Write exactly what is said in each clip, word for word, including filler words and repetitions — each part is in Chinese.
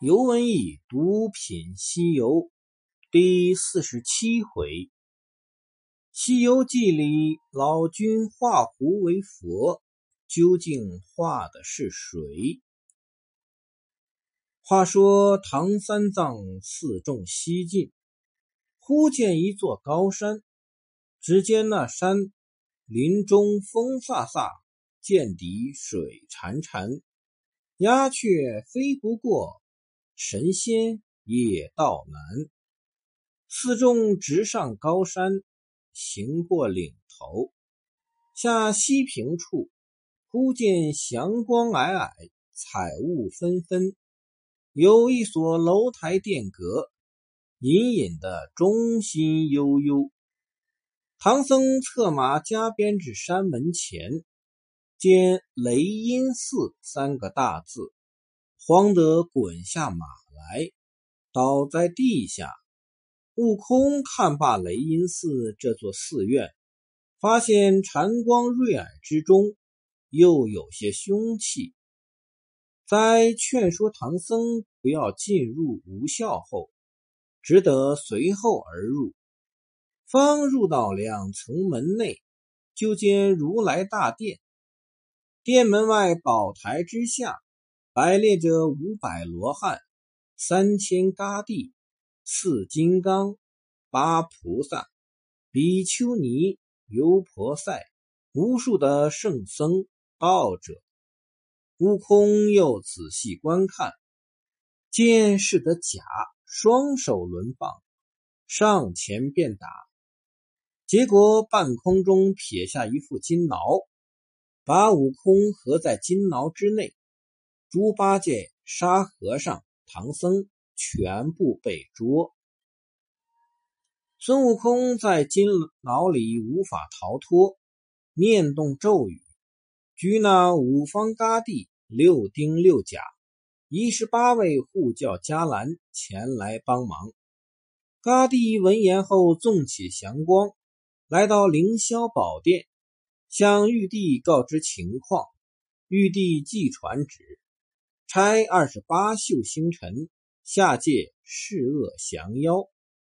游文义独品西游第四十七回。西游记里老君画狐为佛，究竟画的是谁？话说唐三藏四众西进，忽见一座高山，只见那山林中风飒飒，涧底水潺潺，鸦雀飞不过，神仙也到难。四众直上高山，行过岭头，下西平处，忽见祥光霭霭，彩雾纷纷，有一所楼台殿阁，隐隐的中心悠悠。唐僧策马加鞭至山门前，见雷音寺三个大字，慌得滚下马来，倒在地下。悟空看罢雷音寺这座寺院，发现禅光瑞霭之中，又有些凶气。在劝说唐僧不要进入无效后，只得随后而入。方入到两层门内，就见如来大殿，殿门外宝台之下，摆列着五百罗汉、三千伽帝、四金刚、八菩萨、比丘尼、优婆塞，无数的圣僧道者。悟空又仔细观看，见是个甲双手轮棒，上前便打，结果半空中撇下一副金挠，把悟空合在金挠之内，猪八戒、沙和尚、唐僧全部被捉。孙悟空在金牢里无法逃脱，念动咒语，举那五方伽帝、六丁六甲、一十八位护教伽蓝前来帮忙。伽帝闻言后纵起祥光，来到凌霄宝殿，向玉帝告知情况。玉帝即传旨，差二十八宿星辰下界释恶降妖。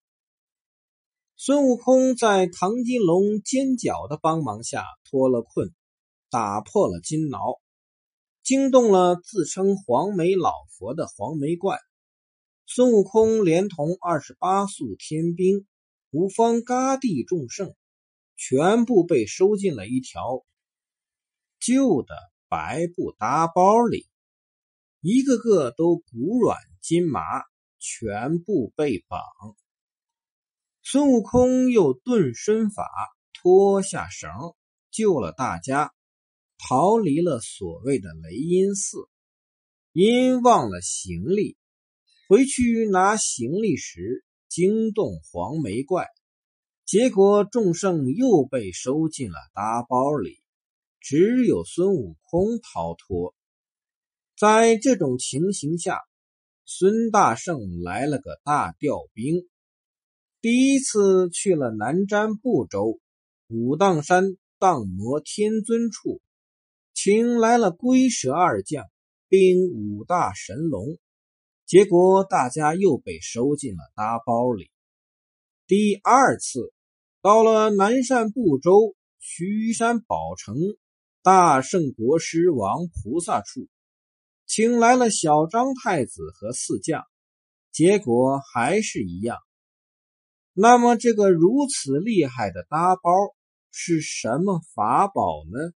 孙悟空在唐金龙尖角的帮忙下脱了困，打破了金挠，惊动了自称黄眉老佛的黄眉怪。孙悟空连同二十八宿天兵、五方伽帝众圣，全部被收进了一条旧的白布搭包里，一个个都骨软筋麻，全部被绑。孙悟空又顿身法脱下绳，救了大家，逃离了所谓的雷音寺。因忘了行李，回去拿行李时惊动黄眉怪，结果众圣又被收进了搭包里，只有孙悟空逃脱。在这种情形下，孙大圣来了个大调兵。第一次去了南瞻部洲武当山荡魔天尊处，请来了龟蛇二将并五大神龙，结果大家又被收进了搭包里。第二次到了南赡部洲须山宝城大圣国师王菩萨处，请来了小张太子和四将，结果还是一样。那么这个如此厉害的搭包是什么法宝呢？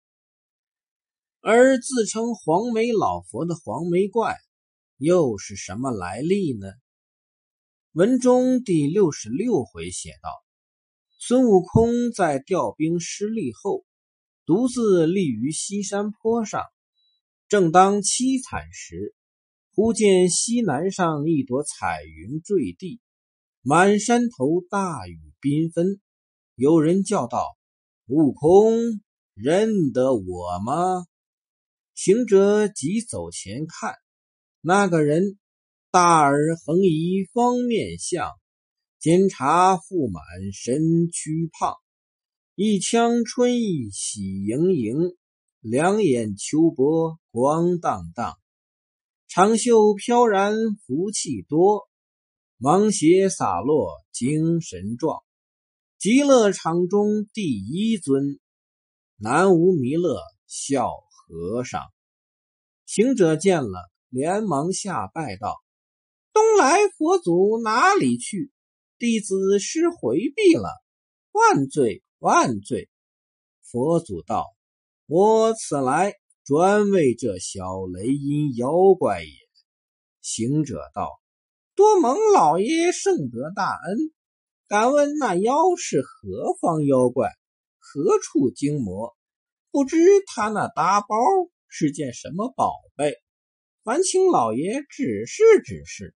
而自称黄眉老佛的黄眉怪又是什么来历呢？文中第六十六回写道，孙悟空在调兵失利后，独自立于西山坡上，正当凄惨时，忽见西南上一朵彩云坠地，满山头大雨缤纷。有人叫道，悟空，认得我吗？行者急走前看，那个人大耳横移方面相，肩胛腹满身躯胖，一腔春意喜盈盈，两眼秋波光荡荡， 长袖飘然福气多，芒鞋洒落精神壮。极乐场中第一尊，南无弥勒笑和尚。行者见了，连忙下拜道：东来佛祖哪里去？弟子失回避了，万罪万罪。佛祖道：我此来专为这小雷音妖怪也。行者道：多蒙老爷圣德大恩，敢问那妖是何方妖怪，何处精魔？不知他那搭包是件什么宝贝，烦请老爷指示指示。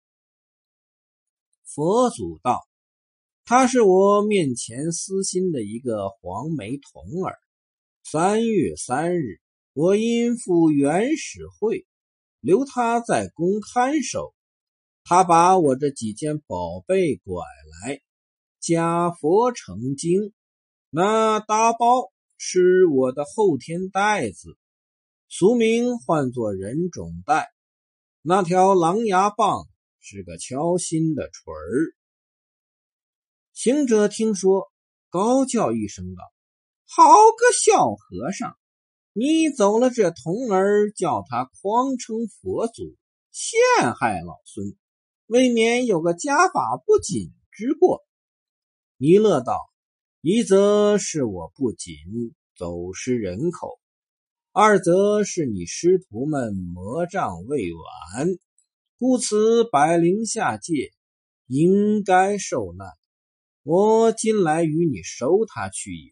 佛祖道：他是我面前私心的一个黄眉童儿。三月三日，我因赴元始会，留他在宫看守，他把我这几件宝贝拐来，假佛成精。那搭包是我的后天带子，俗名唤作人种带。那条狼牙棒是个敲心的锤儿。行者听说，高叫一声道：好个小和尚，你走了这童儿，叫他诓称佛祖，陷害老孙，未免有个家法不谨之过。弥勒道：一则是我不谨，走失人口；二则是你师徒们魔障未完，故此百灵下界，应该受难。我今来与你收他去也。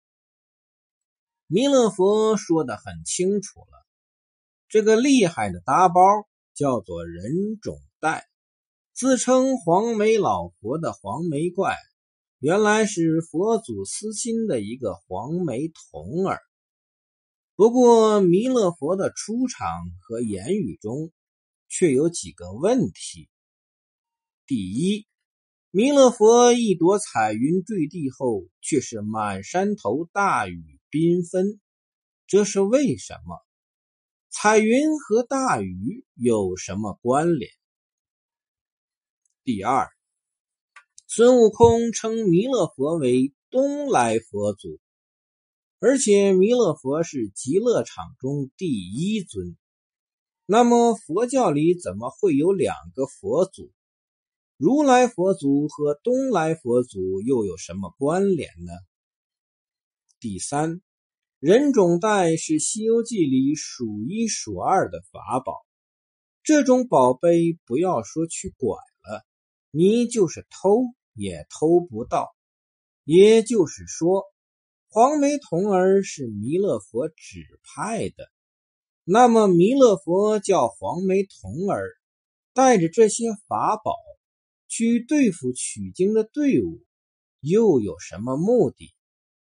弥勒佛说得很清楚了，这个厉害的搭包叫做人种带，自称黄眉老佛的黄眉怪，原来是佛祖私心的一个黄眉童儿。不过弥勒佛的出场和言语中却有几个问题。第一，弥勒佛一朵彩云坠地后，却是满山头大雨缤纷，这是为什么？彩云和大雨有什么关联？第二，孙悟空称弥勒佛为东来佛祖，而且弥勒佛是极乐场中第一尊，那么佛教里怎么会有两个佛祖？如来佛祖和东来佛祖又有什么关联呢？第三，人种带是西游记里数一数二的法宝，这种宝贝不要说去拐了，你就是偷也偷不到。也就是说，黄眉童儿是弥勒佛指派的，那么弥勒佛叫黄眉童儿带着这些法宝去对付取经的队伍，又有什么目的？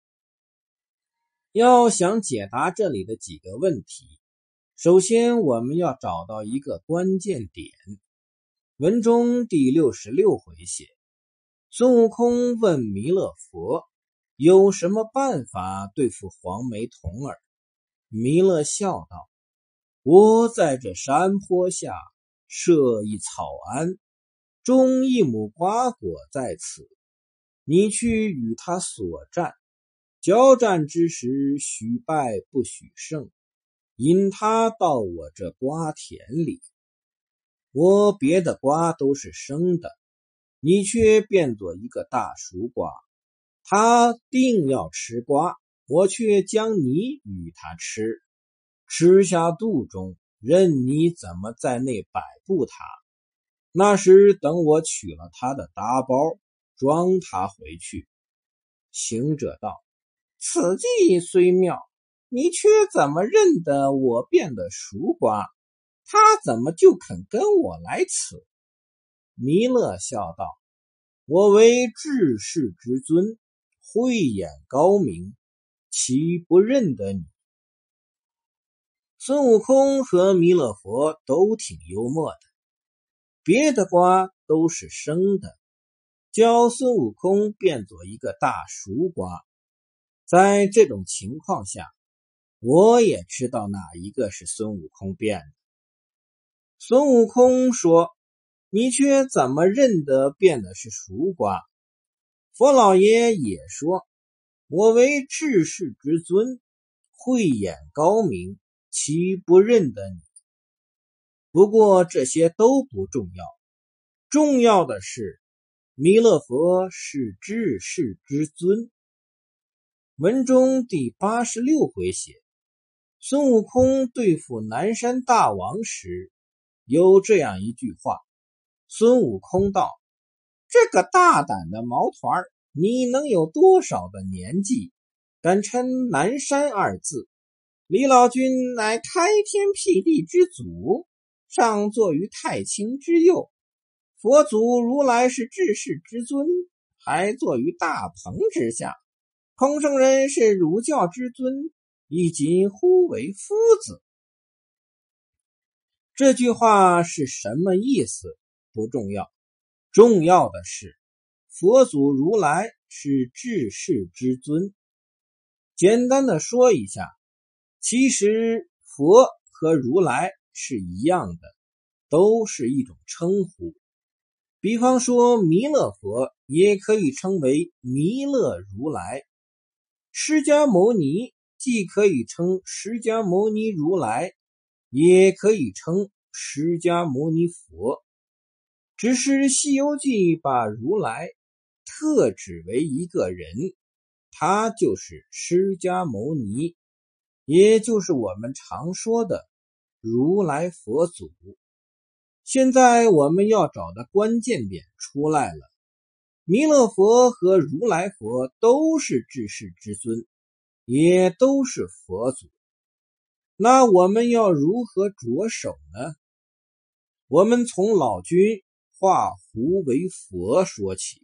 要想解答这里的几个问题，首先我们要找到一个关键点。文中第六十六回写，孙悟空问弥勒佛有什么办法对付黄眉童儿。弥勒笑道：我在这山坡下设一草庵，种一亩瓜果在此，你去与他所战，交战之时许败不许胜，引他到我这瓜田里。我别的瓜都是生的，你却变作一个大熟瓜，他定要吃瓜，我却将你与他吃，吃下肚中，任你怎么在内摆布他。那时等我取了他的搭包，装他回去。行者道：此计虽妙，你却怎么认得我变的熟瓜？他怎么就肯跟我来此？弥勒笑道：我为治世之尊，慧眼高明，岂不认得你？孙悟空和弥勒佛都挺幽默的，别的瓜都是生的，教孙悟空变作一个大熟瓜。在这种情况下，我也知道哪一个是孙悟空变的。 孙悟空说：你却怎么认得变的是熟瓜？佛老爷也说：我为治世之尊，慧眼高明，岂不认得你？不过这些都不重要，重要的是弥勒佛是治世之尊。文中第八十六回写，孙悟空对付南山大王时，有这样一句话。孙悟空道：这个大胆的毛团，你能有多少的年纪，敢称南山二字？李老君乃开天辟地之祖，上坐于太清之右，佛祖如来是治世之尊，还坐于大鹏之下，空圣人是儒教之尊，亦仅呼为夫子。这句话是什么意思不重要，重要的是佛祖如来是治世之尊。简单的说一下，其实佛和如来是一样的，都是一种称呼。比方说弥勒佛也可以称为弥勒如来，释迦牟尼既可以称释迦牟尼如来，也可以称释迦牟尼佛。只是《西游记》把如来特指为一个人，他就是释迦牟尼，也就是我们常说的如来佛祖。现在我们要找的关键点出来了，弥勒佛和如来佛都是治世之尊，也都是佛祖。那我们要如何着手呢？我们从老君化胡为佛说起。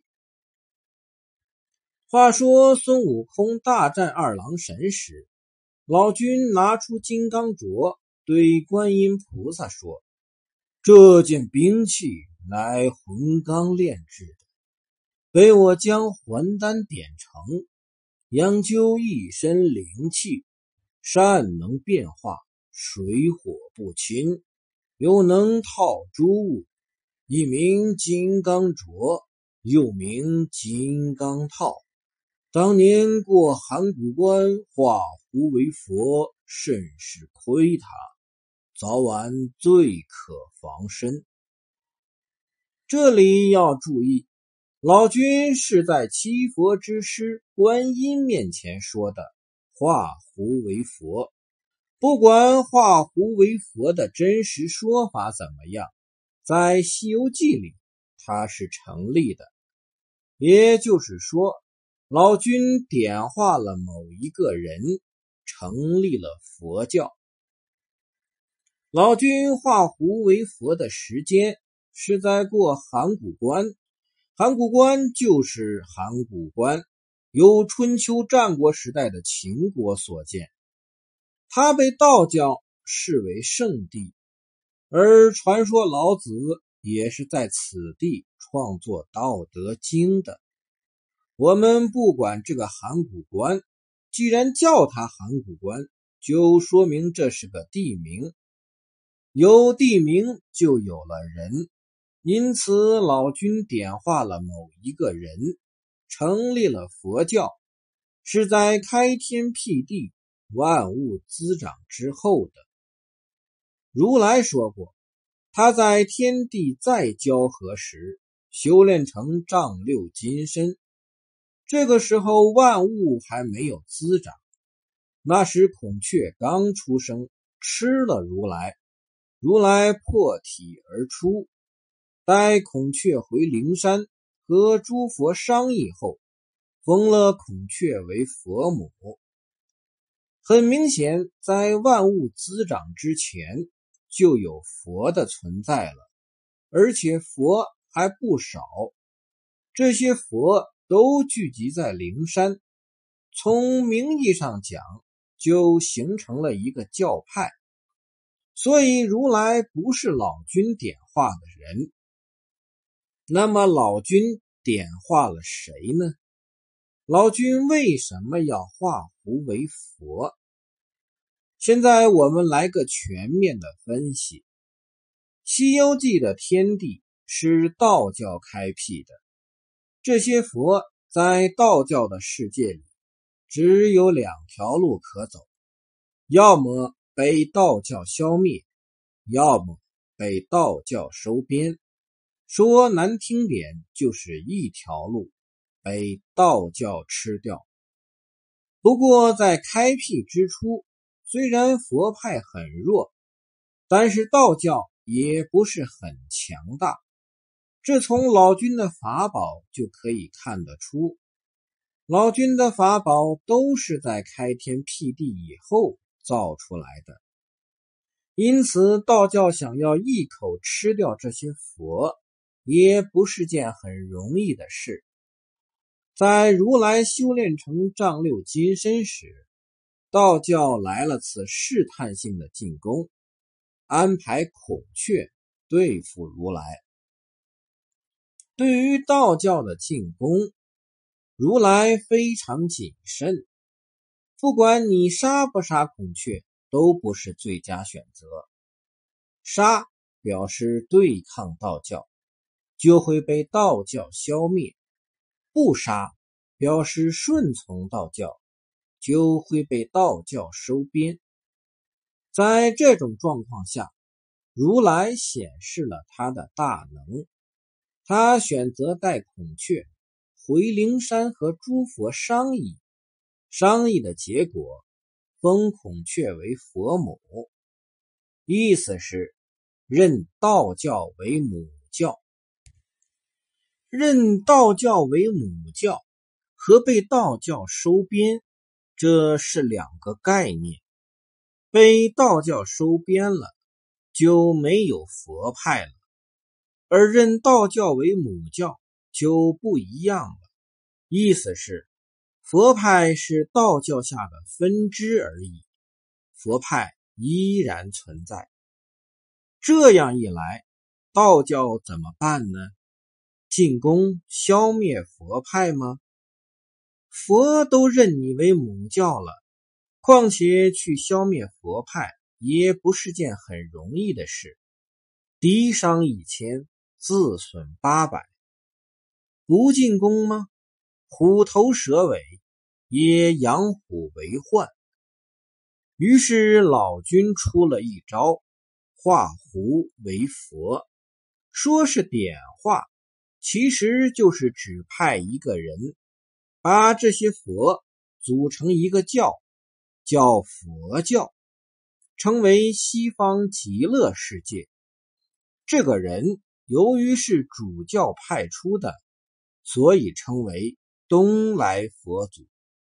话说孙悟空大战二郎神时，老君拿出金刚镯对观音菩萨说：这件兵器乃混钢炼制的，被我将还丹点成，养就一身灵气，善能变化，水火不侵，又能套诸物，一名金刚镯，又名金刚套。当年过函谷关化胡为佛，甚是亏他，早晚最可防身。这里要注意，老君是在七佛之师观音面前说的化胡为佛，不管化胡为佛的真实说法怎么样，在《西游记》里它是成立的。也就是说，老君点化了某一个人，成立了佛教。老君化胡为佛的时间是在过函谷关，函谷关就是函谷关，由春秋战国时代的秦国所建。它被道教视为圣地，而传说老子也是在此地创作《道德经》的。我们不管这个函谷关，既然叫它函谷关，就说明这是个地名，有地名就有了人，因此老君点化了某一个人，成立了佛教，是在开天辟地，万物滋长之后的。如来说过，他在天地再交合时，修炼成丈六金身，这个时候万物还没有滋长。那时孔雀刚出生，吃了如来，如来破体而出，待孔雀回灵山和诸佛商议后，封了孔雀为佛母。很明显，在万物滋长之前就有佛的存在了，而且佛还不少。这些佛都聚集在灵山，从名义上讲就形成了一个教派。所以如来不是老君点化的人。那么老君点化了谁呢？老君为什么要化胡为佛？现在我们来个全面的分析。 西游记的天地是道教开辟的，这些佛在道教的世界里只有两条路可走，要么被道教消灭，要么被道教收编。说难听点，就是一条路被道教吃掉。不过在开辟之初，虽然佛派很弱，但是道教也不是很强大，这从老君的法宝就可以看得出。老君的法宝都是在开天辟地以后造出来的，因此道教想要一口吃掉这些佛，也不是件很容易的事。在如来修炼成丈六金身时，道教来了次试探性的进攻，安排孔雀对付如来。对于道教的进攻，如来非常谨慎，不管你杀不杀孔雀，都不是最佳选择。杀表示对抗道教，就会被道教消灭；不杀表示顺从道教，就会被道教收编。在这种状况下，如来显示了他的大能，他选择带孔雀回灵山和诸佛商议，商议的结果封孔雀为佛母，意思是认道教为母教。认道教为母教和被道教收编，这是两个概念。被道教收编了，就没有佛派了，而认道教为母教就不一样了，意思是佛派是道教下的分支而已，佛派依然存在。这样一来，道教怎么办呢？进攻消灭佛派吗？佛都认你为母教了，况且去消灭佛派也不是件很容易的事，敌伤一千，自损八百。不进攻吗？虎头蛇尾，也养虎为患。于是老君出了一招，化狐为佛。说是点化，其实就是指派一个人，把这些佛组成一个教，叫佛教，称为西方极乐世界。这个人由于是主教派出的，所以称为东来佛祖。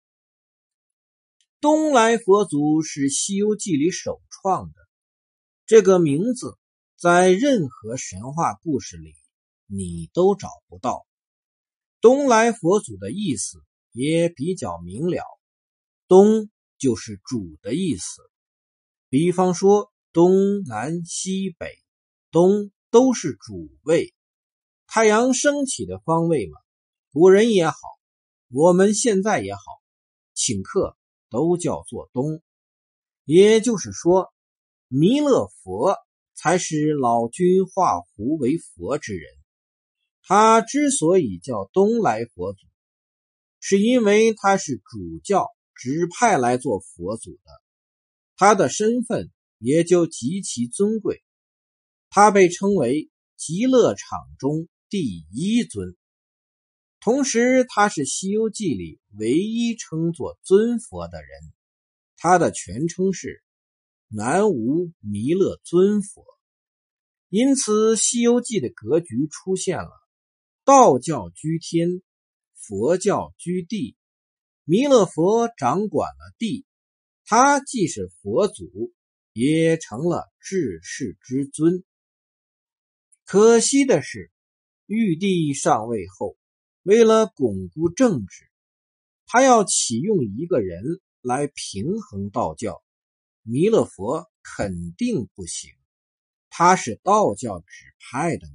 东来佛祖是《西游记》里首创的，这个名字在任何神话故事里你都找不到。东来佛祖的意思也比较明了，东就是主的意思，比方说东南西北，东都是主位，太阳升起的方位嘛，古人也好，我们现在也好，请客都叫做东。也就是说，弥勒佛才是老君化狐为佛之人。他之所以叫东来佛祖，是因为他是主教指派来做佛祖的，他的身份也就极其尊贵，他被称为极乐场中第一尊。同时他是《西游记》里唯一称作尊佛的人，他的全称是南无弥勒尊佛。因此《西游记》的格局出现了道教居天，佛教居地，弥勒佛掌管了地，他既是佛祖，也成了治世之尊。可惜的是，玉帝上位后，为了巩固政治，他要启用一个人来平衡道教，弥勒佛肯定不行，他是道教指派的嘛。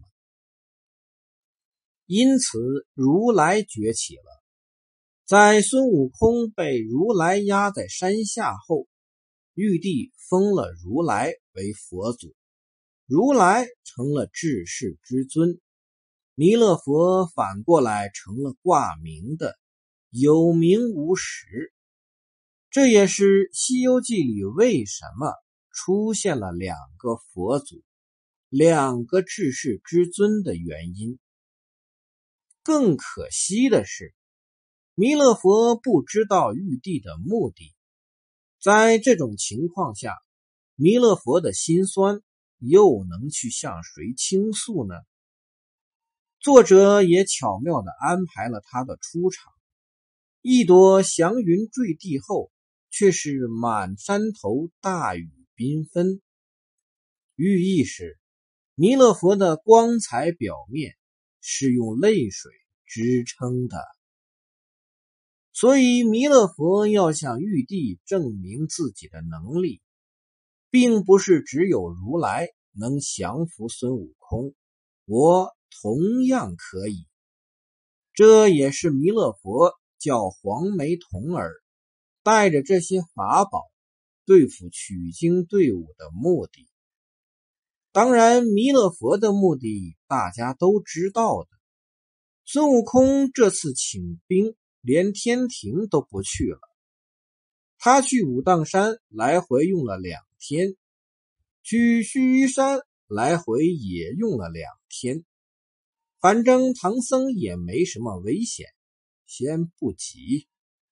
因此如来崛起了。在孙悟空被如来压在山下后，玉帝封了如来为佛祖， 如来成了治世之尊，弥勒佛反过来成了挂名的，有名无实。这也是《西游记》里为什么出现了两个佛祖，两个治世之尊的原因。更可惜的是，弥勒佛不知道玉帝的目的，在这种情况下，弥勒佛的心酸又能去向谁倾诉呢？作者也巧妙地安排了他的出场。一朵祥云坠地后，却是满山头大雨缤纷，寓意是弥勒佛的光彩表面是用泪水支撑的。所以弥勒佛要向玉帝证明自己的能力，并不是只有如来能降服孙悟空，我同样可以。这也是弥勒佛叫黄眉童儿带着这些法宝对付取经队伍的目的。当然，弥勒佛的目的大家都知道的。孙悟空这次请兵，连天庭都不去了。他去武当山来回用了两天，去须弥山来回也用了两天。反正唐僧也没什么危险，先不急。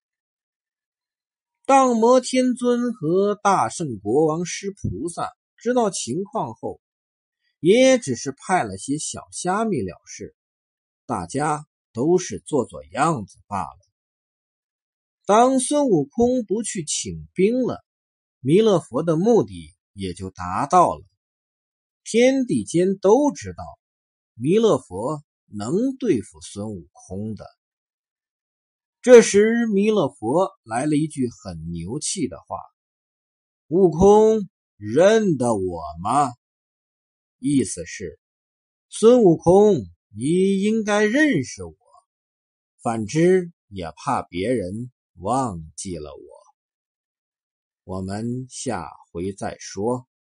荡魔天尊和大圣国王师菩萨知道情况后，也只是派了些小虾米了事，大家都是做做样子罢了。当孙悟空不去请兵了，弥勒佛的目的也就达到了。天地间都知道弥勒佛能对付孙悟空的。这时弥勒佛来了一句很牛气的话：悟空，认得我吗？意思是，孙悟空，你应该认识我，反之也怕别人忘记了我。我们下回再说。